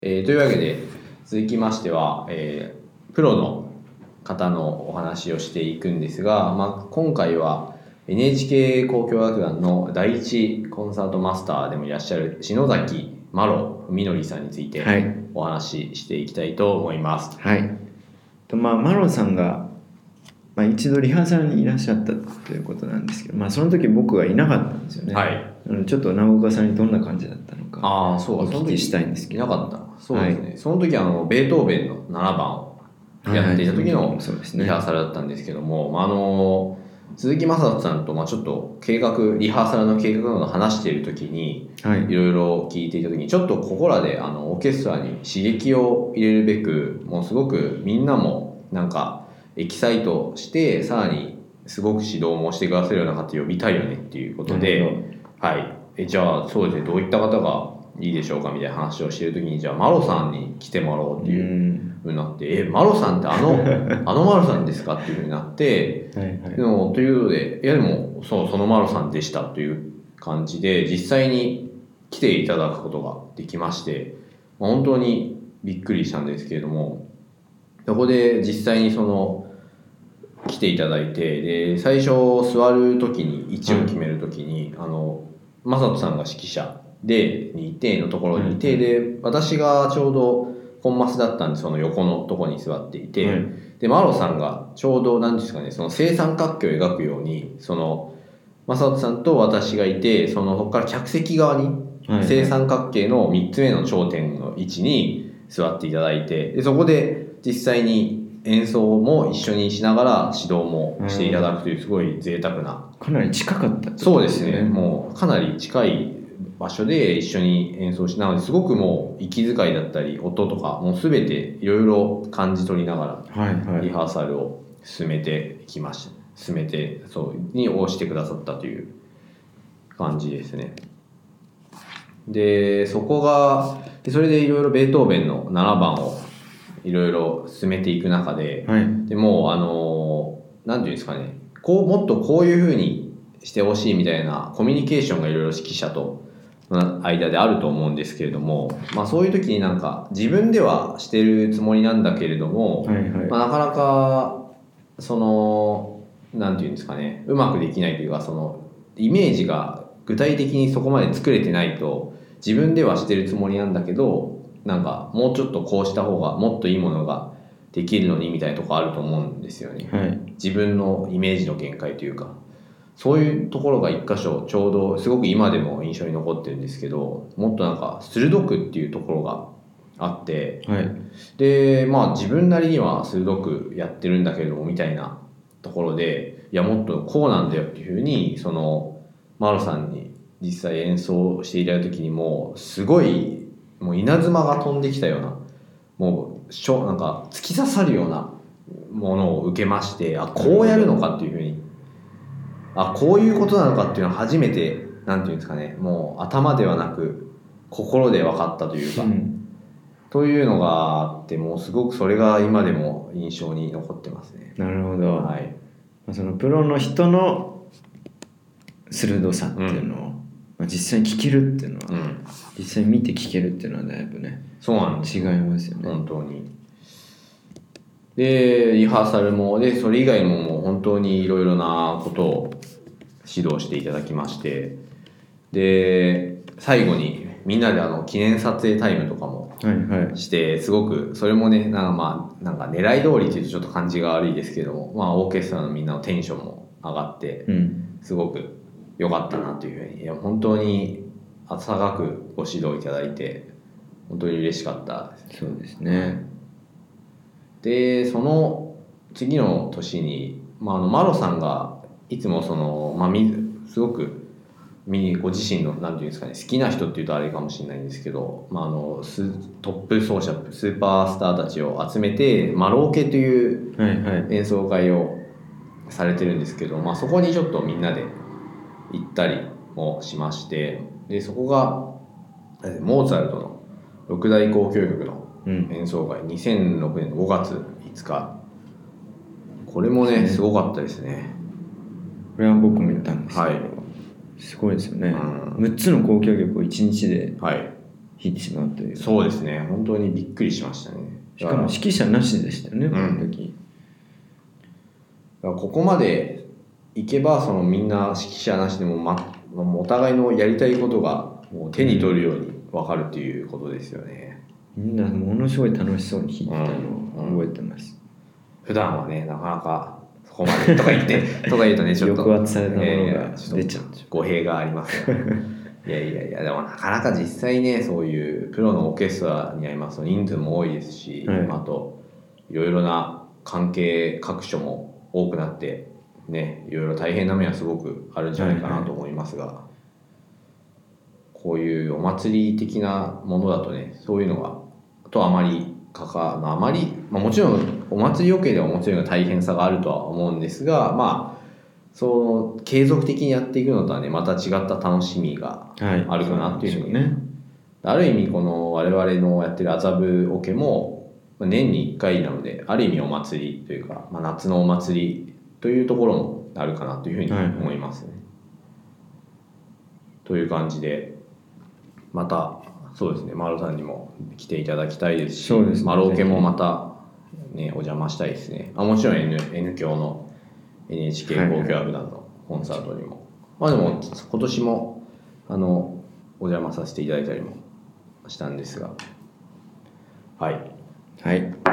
というわけで続きましては、プロの方のお話をしていくんですが、今回は NHK 交響楽団の第一コンサートマスターでもいらっしゃる篠崎麻呂文則さんについてお話ししていきたいと思います。 はい。麻呂さんが、一度リハーサルにいらっしゃったということなんですけど、その時僕はいなかったんですよね。 はい。 ちょっと長岡さんにどんな感じだったのかお聞きしたいんですけど。 いなかった。そうですね。その時ベートーベンの7番をやっていた時のリハーサルだったんですけども、鈴木雅人さんとちょっとリハーサルの計画などを話している時に、いろいろ聞いていた時にちょっとここらでオーケストラに刺激を入れるべく、もうすごくみんなもなんかエキサイトしてさらにすごく指導もしてくださるような方呼びたいよねっていうことで、はい、じゃあそうですね、どういった方がいいでしょうかみたいな話をしている時に、じゃあ麻呂さんに来てもらおうっていうふうになって、麻呂さんってあの麻呂さんですかっていうふうになって、でもということで、いやでもその麻呂さんでしたという感じで実際に来ていただくことができまして、本当にびっくりしたんですけれども、そこで実際に来ていただいて、で最初座る時に位置を決める時に、雅人さんが指揮者でいてのところにいて、で私がちょうどコンマスだったんでその横のところに座っていて、で麻呂さんがちょうど何ですかね、その正三角形を描くように雅人さんと私がいて、そこから客席側に正三角形の3つ目の頂点の位置に座っていただいて、でそこで実際に演奏も一緒にしながら指導もしていただくというすごい贅沢な、 かなり近かった、 そうですね、もうかなり近い場所で一緒に演奏しながら、すごくもう息遣いだったり音とかもう全ていろいろ感じ取りながらリハーサルを進めてきました。そうに応じてくださったという感じですね。でそれでいろいろベートーベンの7番をいろいろ進めていく中で、でもなんていうんですかね、もっとこういう風にしてほしいみたいなコミュニケーションがいろいろ指揮者との間であると思うんですけれども、そういう時になんか自分ではしてるつもりなんだけれども、なかなかなんていうんですかね、うまくできないというか、イメージが具体的にそこまで作れてないと、自分ではしてるつもりなんだけど、なんかもうちょっとこうした方がもっといいものができるのにみたいなとこあると思うんですよね。自分のイメージの限界というか、そういうところが一箇所ちょうどすごく今でも印象に残ってるんですけど、もっとなんか鋭くっていうところがあって、で自分なりには鋭くやってるんだけれどもみたいなところで、いやもっとこうなんだよっていうふうに麻呂さんに実際演奏していただいた時にもすごいもう稲妻が飛んできたような、もうなんか突き刺さるようなものを受けまして、こうやるのかっていうふうに、こういうことなのかっていうのは初めて、なんていうんですかね、もう頭ではなく心で分かったというか、というのがあって、もうすごくそれが今でも印象に残ってますね。 なるほど。そのプロの人の鋭さっていうのを、実際に聞けるっていうのは、実際に見て聞けるっていうのはだいぶね、 そうなんです。 違いますよね。 本当に。でリハーサルもで、それ以外ももう本当にいろいろなことを指導していただきまして、で最後にみんなで記念撮影タイムとかもして、すごくそれもね、なんか狙い通りっていうとちょっと感じが悪いですけども、オーケストラのみんなのテンションも上がって、すごく良かったなというふうに、本当に温かくご指導いただいて本当に嬉しかったです。 そうですね。 でその次の年に、麻呂さんがいつもすごくご自身のなんていうんですかね、好きな人っていうとあれかもしれないんですけど、トップ奏者スーパースターたちを集めてマローケという演奏会をされてるんですけど、そこにちょっとみんなで行ったりもしまして、でそこがモーツァルトの六大交響曲の演奏会、2006年の5月5日、これもねすごかったですね。 これは僕も見たんですけど、すごいですよね。6つの交響曲を1日で弾引いてしまうという。 そうですね、本当にびっくりしましたね。 しかも指揮者なしでしたよね、この時。 だからここまでいけばみんな指揮者なしでも、お互いのやりたいことがもう手に取るように分かるっていうことですよね。 みんなものすごい楽しそうに弾いてたのを覚えてます。 普段はねなかなかそこまでとか言ってねちょっと抑圧されたものが出ちゃう、 語弊がありますよね。いやでもなかなか実際ねそういうプロのオーケストラにありますと人数も多いですし、あといろいろな関係各所も多くなってねいろいろ大変な面はすごくあるんじゃないかなと思いますが、こういうお祭り的なものだとねそういうのがとあまりもちろんお祭り余計ではもちろん大変さがあるとは思うんですが、継続的にやっていくのとはねまた違った楽しみがあるかなっていうふうに、ある意味この我々のやってる麻布オケも年に1回なのである意味お祭りというか、夏のお祭りというところもあるかなというふうに思いますね。という感じでまたそうですね、マロさんにも来ていただきたいですし、マロオケもまた、ね、お邪魔したいですね。もちろん N 響の NHK 交響楽団のコンサートにも、でも今年もお邪魔させていただいたりもしたんですが、はい。